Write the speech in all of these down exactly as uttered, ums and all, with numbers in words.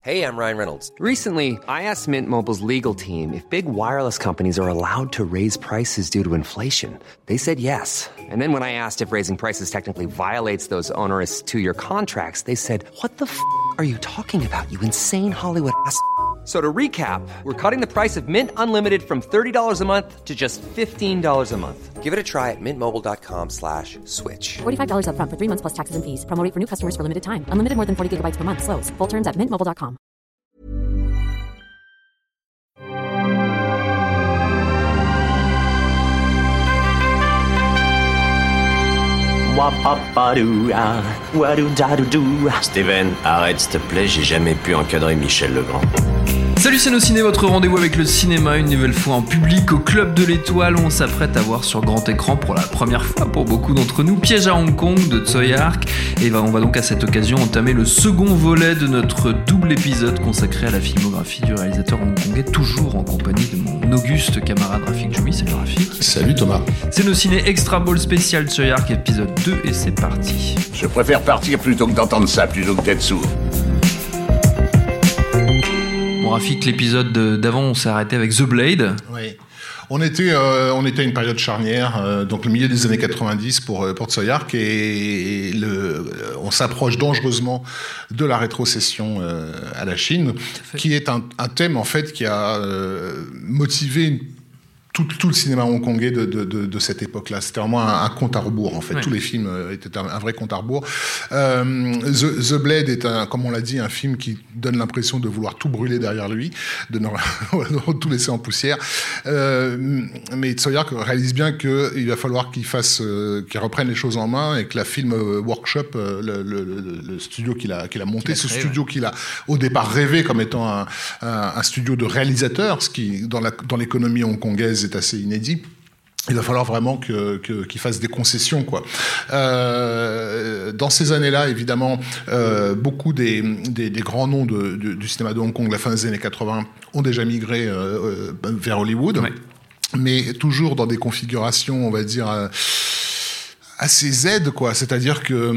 Hey, I'm Ryan Reynolds. Recently, I asked Mint Mobile's legal team if big wireless companies are allowed to raise prices due to inflation. They said yes. And then when I asked if raising prices technically violates those onerous two-year contracts, they said, what the f*** are you talking about, you insane Hollywood ass f- So to recap, we're cutting the price of Mint Unlimited from thirty dollars a month to just fifteen dollars a month. Give it a try at mintmobile.com slash switch. forty-five dollars up front for three months plus taxes and fees. Promo rate for new customers for limited time. Unlimited more than forty gigabytes per month. Slows full terms at mint mobile dot com. Steven, arrête s'il te plaît, j'ai jamais pu encadrer Michel Legrand. Salut, c'est Nos Ciné, votre rendez-vous avec le cinéma, une nouvelle fois en public au Club de l'Étoile. On s'apprête à voir sur grand écran pour la première fois pour beaucoup d'entre nous Piège à Hong Kong de Tsui Hark. Et on va donc à cette occasion entamer le second volet de notre double épisode consacré à la filmographie du réalisateur hongkongais, toujours en compagnie de mon auguste camarade Rafik Djoumi. Salut Rafik. Salut Thomas. C'est Nos Ciné Extra Ball spécial Tsui Hark épisode deux et c'est parti. Je préfère partir plutôt que d'entendre ça, plutôt que d'être sourd. Rafik, l'épisode d'avant, on s'est arrêté avec The Blade. Oui. On était, euh, on était à une période charnière, euh, donc le milieu des années quatre-vingt-dix pour, pour Tsui Hark, et, et le, on s'approche dangereusement de la rétrocession euh, à la Chine, qui est un, un thème en fait qui a euh, motivé une Tout, tout le cinéma hongkongais de, de, de, de cette époque-là. C'était vraiment un, un compte à rebours, en fait. Ouais. Tous les films étaient un, un vrai compte à rebours. Euh, The, The Blade est, un, comme on l'a dit, un film qui donne l'impression de vouloir tout brûler derrière lui, de ne tout laisser en poussière. Euh, mais Tsui Hark réalise bien qu'il va falloir qu'il fasse, euh, qu'il reprenne les choses en main et que la Film Workshop, euh, le, le, le, le studio qu'il a, qu'il a monté, qu'il a créé, ce studio ouais. qu'il a au départ rêvé comme étant un, un, un studio de réalisateurs, ce qui, dans, la, dans l'économie hongkongaise, est assez inédit. Il va falloir vraiment que, que, qu'il fasse des concessions, quoi. Euh, dans ces années-là, évidemment, euh, beaucoup des, des, des grands noms de, de, du cinéma de Hong Kong, la fin des années quatre-vingts, ont déjà migré euh, vers Hollywood, ouais. mais toujours dans des configurations, on va dire, euh, assez Z, quoi. C'est-à-dire que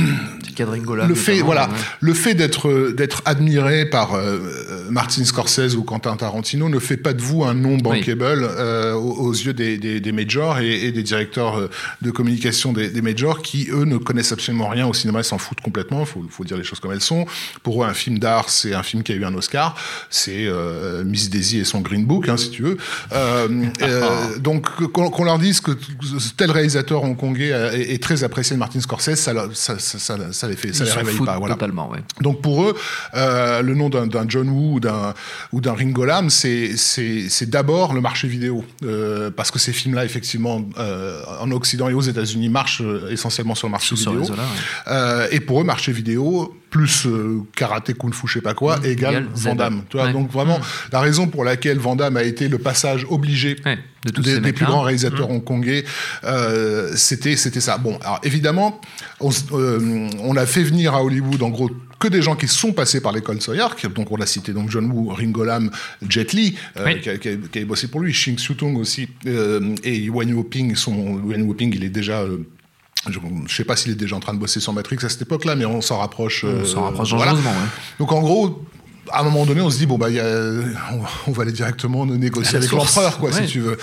le fait, voilà, ouais. le fait d'être d'être admiré par euh, Martin Scorsese ou Quentin Tarantino ne fait pas de vous un nom bankable oui. euh, aux, aux yeux des, des, des majors et, et des directeurs de communication des, des majors qui eux ne connaissent absolument rien au cinéma, ils s'en foutent complètement. Faut, faut dire les choses comme elles sont. Pour eux, un film d'art, c'est un film qui a eu un Oscar. C'est euh, Miss Daisy et son Green Book, hein, si tu veux. Euh, euh, donc qu'on, qu'on leur dise que tel réalisateur hongkongais est, est très apprécié de Martin Scorsese, ça, ça, ça, ça, ça les fait, ça les réveille pas. Voilà. Totalement, ouais. Donc pour eux, euh, le nom d'un, d'un John Woo ou d'un, ou d'un Ringo Lam, c'est, c'est, c'est d'abord le marché vidéo, euh, parce que ces films-là, effectivement, euh, en Occident et aux États-Unis, marchent essentiellement sur le marché sur vidéo. Réseau-là, ouais. euh, et pour eux, marché vidéo plus euh, karaté, kung-fu, je sais pas quoi, mmh, égale Van Damme. Tu vois, ouais. Donc vraiment, mmh. la raison pour laquelle Van Damme a été le passage obligé ouais, de des, des plus grands réalisateurs mmh. hongkongais, euh, c'était, c'était ça. Bon, alors évidemment, on, euh, on a fait venir à Hollywood, en gros, que des gens qui sont passés par l'école Tsui Hark. Donc on l'a cité, donc John Woo, Ringo Lam, Jet Li, euh, oui. qui, a, qui, a, qui a bossé pour lui, Shing Siu-tung aussi, euh, et Wen Wuoping. Son Wen Wuoping, il est déjà euh, je ne sais pas s'il est déjà en train de bosser sur Matrix à cette époque-là, mais on s'en rapproche. On euh, s'en rapproche dangereusement. Voilà. Ouais. Donc en gros, à un moment donné, on se dit bon bah y a, on, on va aller directement négocier avec source. l'empereur, quoi, ouais. si tu veux.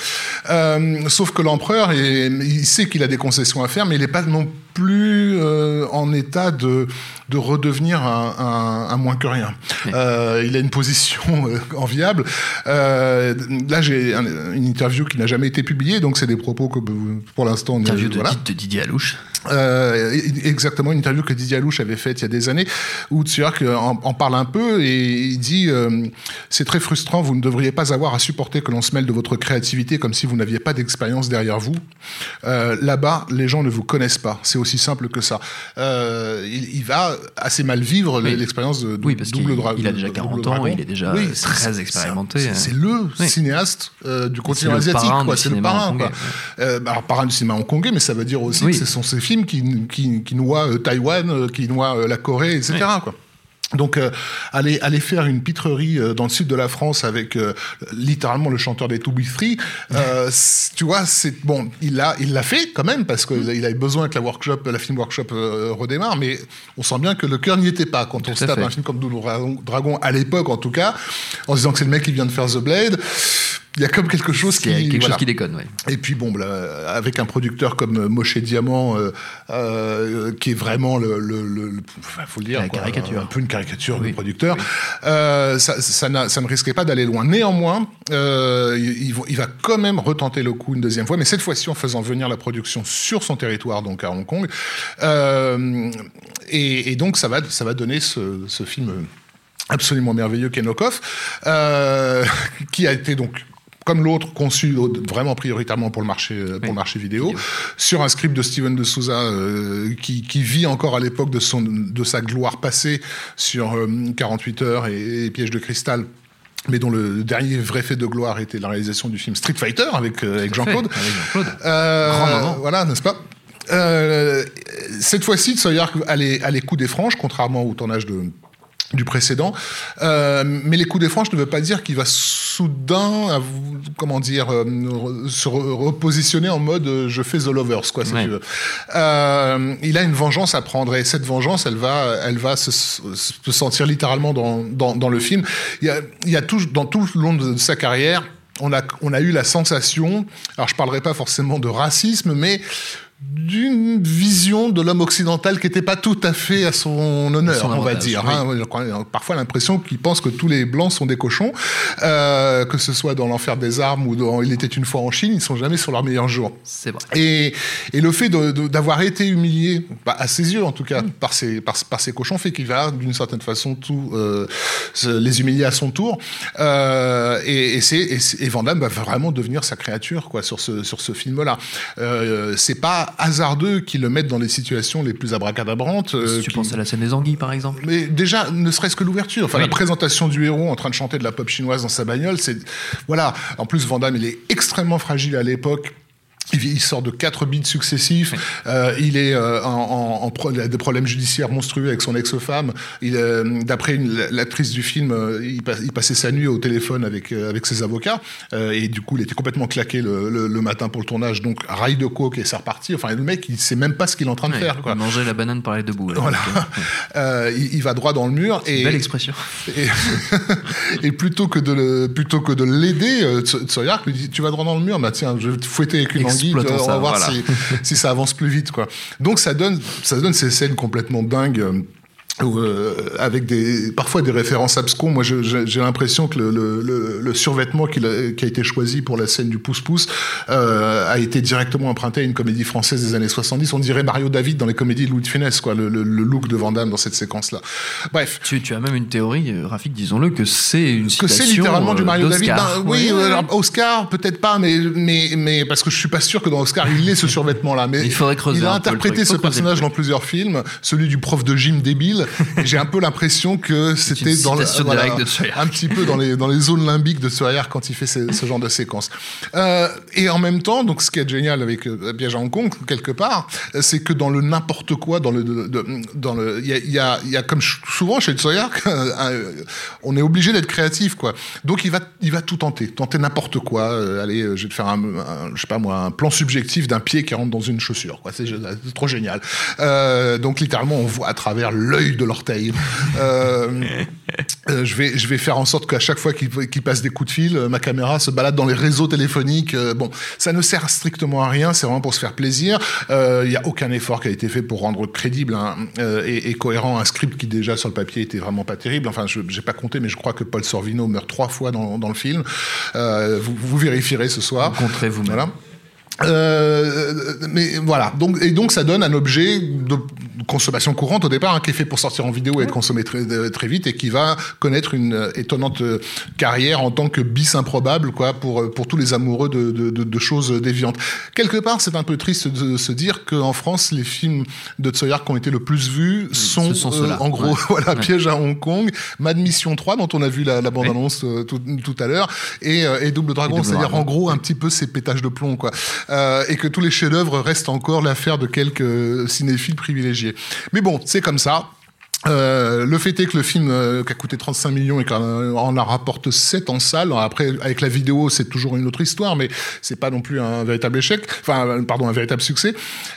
Euh, sauf que l'empereur, est, il sait qu'il a des concessions à faire, mais il n'est pas non plus euh, en état de de redevenir un, un, un moins que rien. Ouais. Euh, il a une position euh, enviable. Euh, là, j'ai un, une interview qui n'a jamais été publiée, donc c'est des propos que pour l'instant... Une interview de, voilà. de Didier Alouche. Euh, exactement, une interview que Didier Alouche avait faite il y a des années, où Tsui Hark en, en parle un peu et il dit euh, « C'est très frustrant, vous ne devriez pas avoir à supporter que l'on se mêle de votre créativité comme si vous n'aviez pas d'expérience derrière vous. Euh, là-bas, les gens ne vous connaissent pas. C'est aussi simple que ça. Euh, il, il va assez mal vivre oui. l'expérience de, de oui, parce double dragon. Il a déjà quarante ans, il est déjà oui, très c'est, expérimenté. C'est, c'est, c'est le oui. cinéaste euh, du continent asiatique, quoi. C'est le parrain. Quoi. Ouais. Euh, alors, parrain du cinéma hongkongais, mais ça veut dire aussi oui. que ce sont ces films qui, qui, qui noient euh, Taïwan, euh, qui noient euh, la Corée, et cetera. Oui. Quoi. Donc euh, aller aller faire une pitrerie euh, dans le sud de la France avec euh, littéralement le chanteur des To Be Free, euh, tu vois, c'est bon, il l'a il l'a fait quand même parce que mmh. il avait besoin que la workshop, la film workshop euh, redémarre, mais on sent bien que le cœur n'y était pas quand on se tape un film comme Double Dragon à l'époque en tout cas, en se disant que c'est le mec qui vient de faire The Blade. Il y a comme quelque chose qui, quelque voilà. chose qui déconne, ouais. Et puis bon, là, avec un producteur comme Moshe Diamant, euh, euh, qui est vraiment le, le, le, le enfin, faut le dire, la quoi, caricature, un peu une caricature oui. de producteur. Oui. Euh, ça, ça, n'a, ça ne risquait pas d'aller loin. Néanmoins, euh, il, il va quand même retenter le coup une deuxième fois, mais cette fois-ci en faisant venir la production sur son territoire, donc à Hong Kong. Euh, et, et donc ça va, ça va donner ce, ce film absolument merveilleux qu'est Knock Off, euh, qui a été donc comme l'autre, conçu vraiment prioritairement pour le marché, pour oui. le marché vidéo, vidéo, sur un script de Steven de Souza euh, qui, qui vit encore à l'époque de, son, de sa gloire passée sur euh, quarante-huit heures et, et Piège de cristal, mais dont le dernier vrai fait de gloire était la réalisation du film Street Fighter avec, euh, avec Jean-Claude. Avec Jean-Claude. Euh, Grand moment. Voilà, n'est-ce pas ? euh, Cette fois-ci, Tsuyark a les, a les coups des franges, contrairement au tournage de... du précédent, euh, mais les coups des franges ne veut pas dire qu'il va soudain, comment dire, euh, se repositionner en mode euh, je fais The Lovers, quoi, si ouais. tu veux. Euh, il a une vengeance à prendre, et cette vengeance, elle va, elle va se, se sentir littéralement dans, dans, dans le film. Il y a, il y a tout, dans tout le long de sa carrière, on a, on a eu la sensation, alors je parlerai pas forcément de racisme, mais d'une vision de l'homme occidental qui n'était pas tout à fait à son honneur, son on va dire. Oui. Hein. Parfois l'impression qu'il pense que tous les Blancs sont des cochons, euh, que ce soit dans l'Enfer des Armes ou dans Il était une fois en Chine, ils ne sont jamais sur leur meilleur jour. C'est vrai. Et, et le fait de, de, d'avoir été humilié, bah, à ses yeux en tout cas, mmh. par, ces, par, par ces cochons, fait qu'il va d'une certaine façon tout, euh, les humilier à son tour. Euh, et, et, c'est, et, et Van Damme va vraiment devenir sa créature quoi, sur, ce, sur ce film-là. Euh, c'est pas hasardeux qu'ils le mettent dans les situations les plus abracadabrantes. Euh, si tu qui... penses à la scène des anguilles, par exemple. Mais déjà, ne serait-ce que l'ouverture. Enfin, oui. La présentation du héros en train de chanter de la pop chinoise dans sa bagnole, c'est... Voilà. En plus, Van Damme, il est extrêmement fragile à l'époque. Il sort de quatre bides successifs. Oui. Euh, il est euh, en, en, en pro- des problèmes judiciaires monstrueux avec son ex-femme. Il, euh, d'après une, l'actrice du film, euh, il, passe, il passait sa nuit au téléphone avec euh, avec ses avocats. Euh, et du coup, il était complètement claqué le, le, le matin pour le tournage. Donc, rail de coke et c'est reparti. Enfin, le mec, il sait même pas ce qu'il est en train de ouais, faire. Quoi. Manger la banane par les deux bouts. Voilà. euh, il, il va droit dans le mur. C'est et, une belle expression. Et, et plutôt que de le, plutôt que de l'aider, euh, Tsuyark lui dit, tu vas droit dans le mur. Bah tiens, je vais te fouetter avec une anguille. On va voir voilà. si, si ça avance plus vite, quoi. Donc ça donne, ça donne ces scènes complètement dingues. Euh, Euh, avec des, parfois des références abscons. Moi, je, je, j'ai l'impression que le, le, le survêtement qui a, qui a été choisi pour la scène du pouce-pouce euh, a été directement emprunté à une comédie française des années soixante-dix. On dirait Mario David dans les comédies de Louis de Funès, quoi, le, le, le look de Van Damme dans cette séquence-là. Bref. Tu, tu as même une théorie, Rafik, disons-le, que c'est une citation que c'est littéralement du Mario d'Oscar. David. Ben, oui, ouais, ouais. Euh, Oscar, peut-être pas, mais, mais, mais parce que je suis pas sûr que dans Oscar, il ait ce survêtement-là. Mais il faudrait creuser. Il a interprété ce personnage dans plusieurs films, celui du prof de gym débile. Et j'ai un peu l'impression que c'était dans le, voilà, un petit peu dans les, dans les zones limbiques de Tsuyark quand il fait ce, ce genre de séquence. Euh, et en même temps, donc ce qui est génial avec euh, Piège à Hong Kong, quelque part, c'est que dans le n'importe quoi, dans le, de, de, dans le, il y a, il y a, il y a comme souvent chez Tsuyark, euh, on est obligé d'être créatif, quoi. Donc il va, il va tout tenter, tenter n'importe quoi. Euh, allez, je vais te faire un, un, je sais pas moi, un plan subjectif d'un pied qui rentre dans une chaussure, quoi. C'est, c'est trop génial. Euh, donc littéralement, on voit à travers l'œil de l'orteil. Euh, euh, je vais je vais faire en sorte qu'à chaque fois qu'il, qu'il passe des coups de fil, euh, ma caméra se balade dans les réseaux téléphoniques. Euh, bon, ça ne sert strictement à rien, c'est vraiment pour se faire plaisir. Il euh, y a aucun effort qui a été fait pour rendre crédible hein, euh, et, et cohérent un script qui déjà sur le papier était vraiment pas terrible. Enfin, je j'ai pas compté, mais je crois que Paul Sorvino meurt trois fois dans dans le film. Euh, vous, vous vérifierez ce soir. Vous compterez vous-même. Voilà. Euh, mais voilà, donc, et donc ça donne un objet de consommation courante au départ, hein, qui est fait pour sortir en vidéo et être consommé très, très vite, et qui va connaître une étonnante carrière en tant que bis improbable, quoi, pour, pour tous les amoureux de, de, de, de choses déviantes. Quelque part, c'est un peu triste de se dire qu'en France, les films de Tsuyark qui ont été le plus vus sont, sont euh, en gros, ouais. voilà, ouais. Piège à Hong Kong, Mad Mission trois, dont on a vu la, la bande-annonce ouais. tout, tout à l'heure, et, et Double Dragon, et Double c'est-à-dire Dragon. En gros un petit peu ces pétages de plomb, quoi. Euh, et que tous les chefs-d'œuvre restent encore l'affaire de quelques cinéphiles privilégiés. Mais bon, c'est comme ça. Euh, le fait est que le film euh, qui a coûté trente-cinq millions et qu'on en a rapporte sept en salle. Après, avec la vidéo, c'est toujours une autre histoire, mais c'est pas non plus un véritable échec. Enfin, pardon, un véritable succès.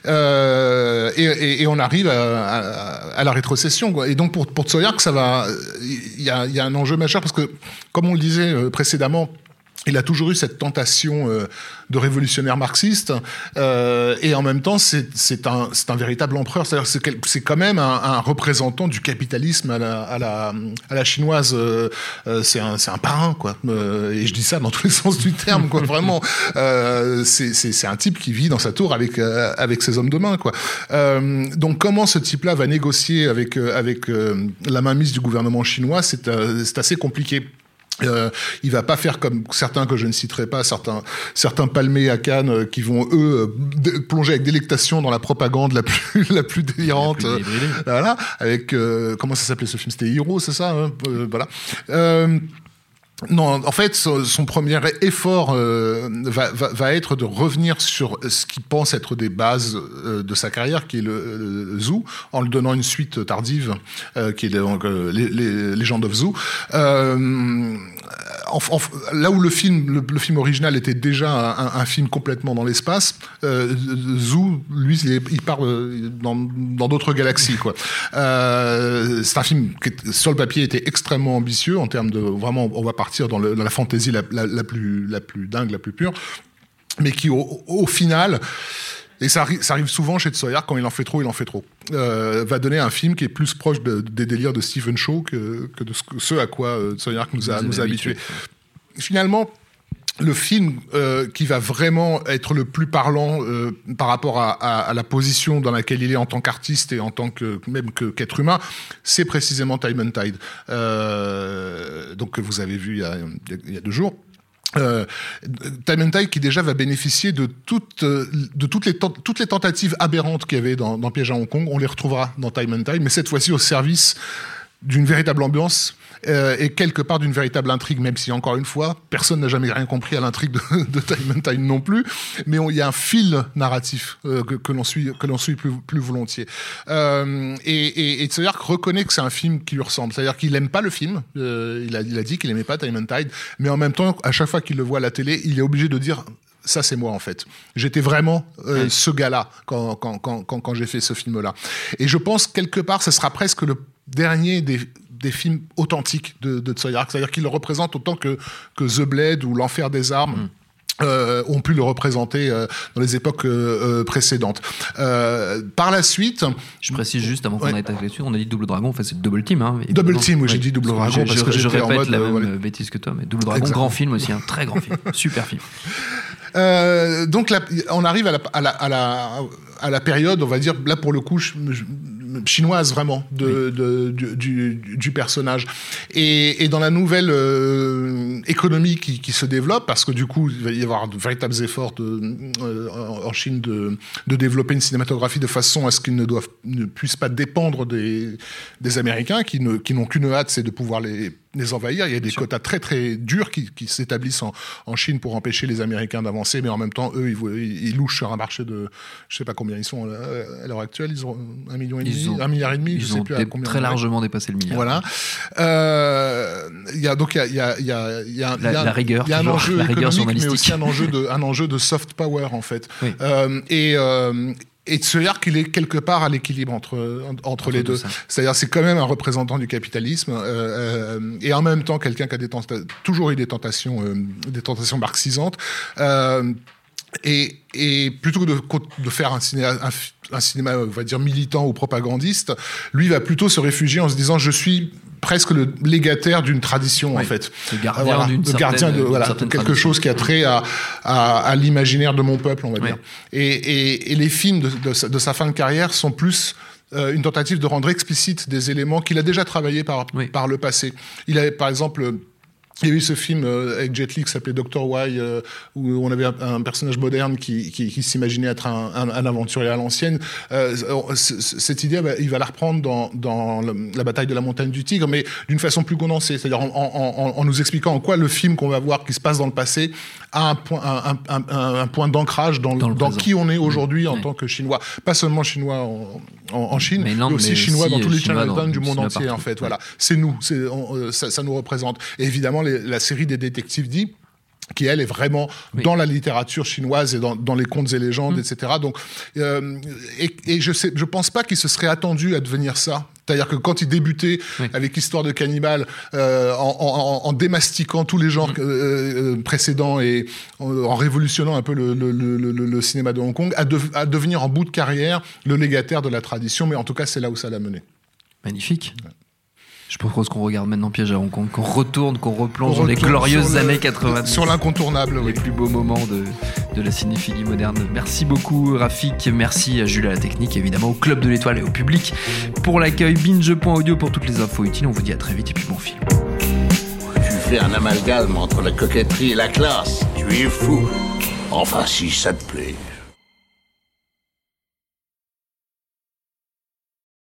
Euh, et, et, et on arrive à, à, à la rétrocession, quoi. Et donc, pour, pour Tsoyark, ça va. Il y a, il y a un enjeu majeur parce que, comme on le disait euh, précédemment, il a toujours eu cette tentation euh, de révolutionnaire marxiste, euh, et en même temps, c'est, c'est, un, c'est un véritable empereur. C'est-à-dire que c'est, c'est quand même un, un représentant du capitalisme à la, à la, à la chinoise. Euh, c'est, un, c'est un parrain, quoi. Euh, et je dis ça dans tous les sens du terme, quoi. Vraiment, euh, c'est, c'est, c'est un type qui vit dans sa tour avec, euh, avec ses hommes de main, quoi. Euh, donc, comment ce type-là va négocier avec, euh, avec euh, la mainmise du gouvernement chinois, c'est, euh, c'est assez compliqué. Euh, il va pas faire comme certains que je ne citerai pas, certains certains palmés à Cannes euh, qui vont eux euh, plonger avec délectation dans la propagande la plus la plus délirante. La plus euh, voilà, avec euh, comment ça s'appelait ce film, c'était Hero, c'est ça, hein, euh, voilà. Euh, Non, en fait, son premier effort euh, va, va, va être de revenir sur ce qu'il pense être des bases euh, de sa carrière, qui est le, le Zoo, en lui donnant une suite tardive, euh, qui est donc, euh, les, les Legend of Zoo. Euh, en, en, là où le film, le, le film original était déjà un, un film complètement dans l'espace, euh, Zoo, lui, il, est, il part dans, dans d'autres galaxies, quoi. Euh, c'est un film qui, sur le papier, était extrêmement ambitieux en termes de vraiment, on va partir dans, le, dans la fantaisie la, la, la, plus, la plus dingue, la plus pure, mais qui, au, au final, et ça arrive, ça arrive souvent chez Tsoyark, quand il en fait trop, il en fait trop, euh, va donner un film qui est plus proche de, des délires de Stephen Chow que, que de ce, ce à quoi euh, Tsoyark nous a, nous a habitués. Finalement, le film euh, qui va vraiment être le plus parlant euh, par rapport à, à, à la position dans laquelle il est en tant qu'artiste et en tant que même que, qu'être humain, c'est précisément Time and Tide, euh, donc que vous avez vu il y a, il y a deux jours. Euh, Time and Tide qui déjà va bénéficier de toutes, de toutes les, tent- toutes les tentatives aberrantes qu'il y avait dans, dans Piège à Hong Kong, on les retrouvera dans Time and Tide, mais cette fois-ci au service d'une véritable ambiance euh, et quelque part d'une véritable intrigue, même si, encore une fois, personne n'a jamais rien compris à l'intrigue de, de Time and Tide non plus, mais il y a un fil narratif euh, que, que l'on suit, que l'on suit plus, plus volontiers. Euh, et, et, et Tsoyark reconnaît que c'est un film qui lui ressemble, c'est-à-dire qu'il n'aime pas le film, euh, il, a, il a dit qu'il n'aimait pas Time and Tide, mais en même temps, à chaque fois qu'il le voit à la télé, il est obligé de dire... Ça, c'est moi, en fait. J'étais vraiment euh, ce gars-là quand, quand, quand, quand, quand j'ai fait ce film-là. Et je pense, quelque part, ce sera presque le dernier des, des films authentiques de, de Tsoyark. C'est-à-dire qu'il le représente autant que, que The Blade ou L'Enfer des Armes. Mm. Euh, ont pu le représenter euh, dans les époques euh, précédentes. Euh, par la suite... Je précise juste, avant qu'on ouais. aille là-dessus, on a dit Double Dragon, en fait c'est Double Team. Hein, Double Team, oui, ouais. j'ai dit Double Dragon je, parce je, que je, j'étais je répète en mode... la euh, même voilà. bêtise que toi, mais Double Dragon, Exactement. Grand film aussi, un très grand film, super film. Euh, donc là, on arrive à la, à, la, à, la, à la période, on va dire, là pour le coup, je, je, chinoise vraiment de, oui. de, de, du, du personnage. Et, et dans la nouvelle euh, économie qui, qui se développe, parce que du coup, il va y avoir de véritables efforts de, euh, en Chine de, de développer une cinématographie de façon à ce qu'ils ne, doivent, ne puissent pas dépendre des, des Américains, qui, ne, qui n'ont qu'une hâte, c'est de pouvoir les... les envahir. Il y a des Bien quotas sûr. très très durs qui, qui s'établissent en, en Chine pour empêcher les Américains d'avancer, mais en même temps, eux, ils, ils louchent sur un marché de, je sais pas combien ils sont à l'heure actuelle, ils ont un million et demi, ont, un milliard et demi, ils je sais ont plus à combien. Très largement dépassé le milliard. Voilà. Euh, il y a donc il y a il y a il y a il y a la, y a, la rigueur, il y a un toujours, enjeu économique, mais aussi un enjeu de un enjeu de soft power en fait. Oui. Euh, et euh, Et Tsoyark, il est quelque part à l'équilibre entre, entre, entre les deux. Ça. C'est-à-dire, c'est quand même un représentant du capitalisme euh, euh, et en même temps quelqu'un qui a des tenta- toujours eu des tentations, euh, des tentations marxisantes. Euh, et, et plutôt que de, de faire un cinéma, un, un cinéma, on va dire, militant ou propagandiste, lui va plutôt se réfugier en se disant « je suis presque le légataire d'une tradition, oui, en fait. Le gardien, voilà, d'une, le certaine, gardien de, voilà, de quelque tradition. chose qui a trait à, à, à l'imaginaire de mon peuple, on va oui. dire. Et, et, et les films de, de, sa, de sa fin de carrière sont plus euh, une tentative de rendre explicite des éléments qu'il a déjà travaillés par, oui. par le passé. Il avait, par exemple... Il y a eu ce film euh, avec Jet Li qui s'appelait docteur Why, euh, où on avait un, un personnage moderne qui, qui, qui s'imaginait être un, un, un aventurier à l'ancienne. Euh, c- c- cette idée, bah, il va la reprendre dans, dans le, la bataille de la montagne du Tigre, mais d'une façon plus condensée, c'est-à-dire en, en, en, en nous expliquant en quoi le film qu'on va voir qui se passe dans le passé a un point, un, un, un, un point d'ancrage dans, dans, dans qui on est aujourd'hui en oui. tant que Chinois. Pas seulement Chinois en, en, en Chine, mais, non, mais aussi mais Chinois aussi dans tous les Chinois Chinatowns dans- du monde Chinois entier, partout. en fait. Voilà. C'est nous, c'est, on, ça, ça nous représente. Et évidemment, les, la série des détectives dit qui, elle, est vraiment oui. dans la littérature chinoise et dans, dans les contes et légendes, mmh. et cetera. Donc, euh, et, et je sais, je pense pas qu'il se serait attendu à devenir ça. C'est-à-dire que quand il débutait oui. avec Histoire de cannibale, euh, en, en, en démastiquant tous les genres mmh. euh, précédents et en, en révolutionnant un peu le, le, le, le, le cinéma de Hong Kong, à, de, à devenir en bout de carrière le légataire de la tradition. Mais en tout cas, c'est là où ça l'a mené. Magnifique. Ouais. Je propose qu'on regarde maintenant Piège à Hong Kong, qu'on retourne, qu'on replonge on dans les glorieuses le, années quatre-vingt-dix. Sur l'incontournable, les oui. plus beaux moments de, de la cinéphilie moderne. Merci beaucoup Rafik, merci à Jules à la technique, évidemment au Club de l'Étoile et au public pour l'accueil. Binge point audio pour toutes les infos utiles. On vous dit à très vite et puis bon film. Tu fais un amalgame entre la coquetterie et la classe. Tu es fou. Enfin, si ça te plaît.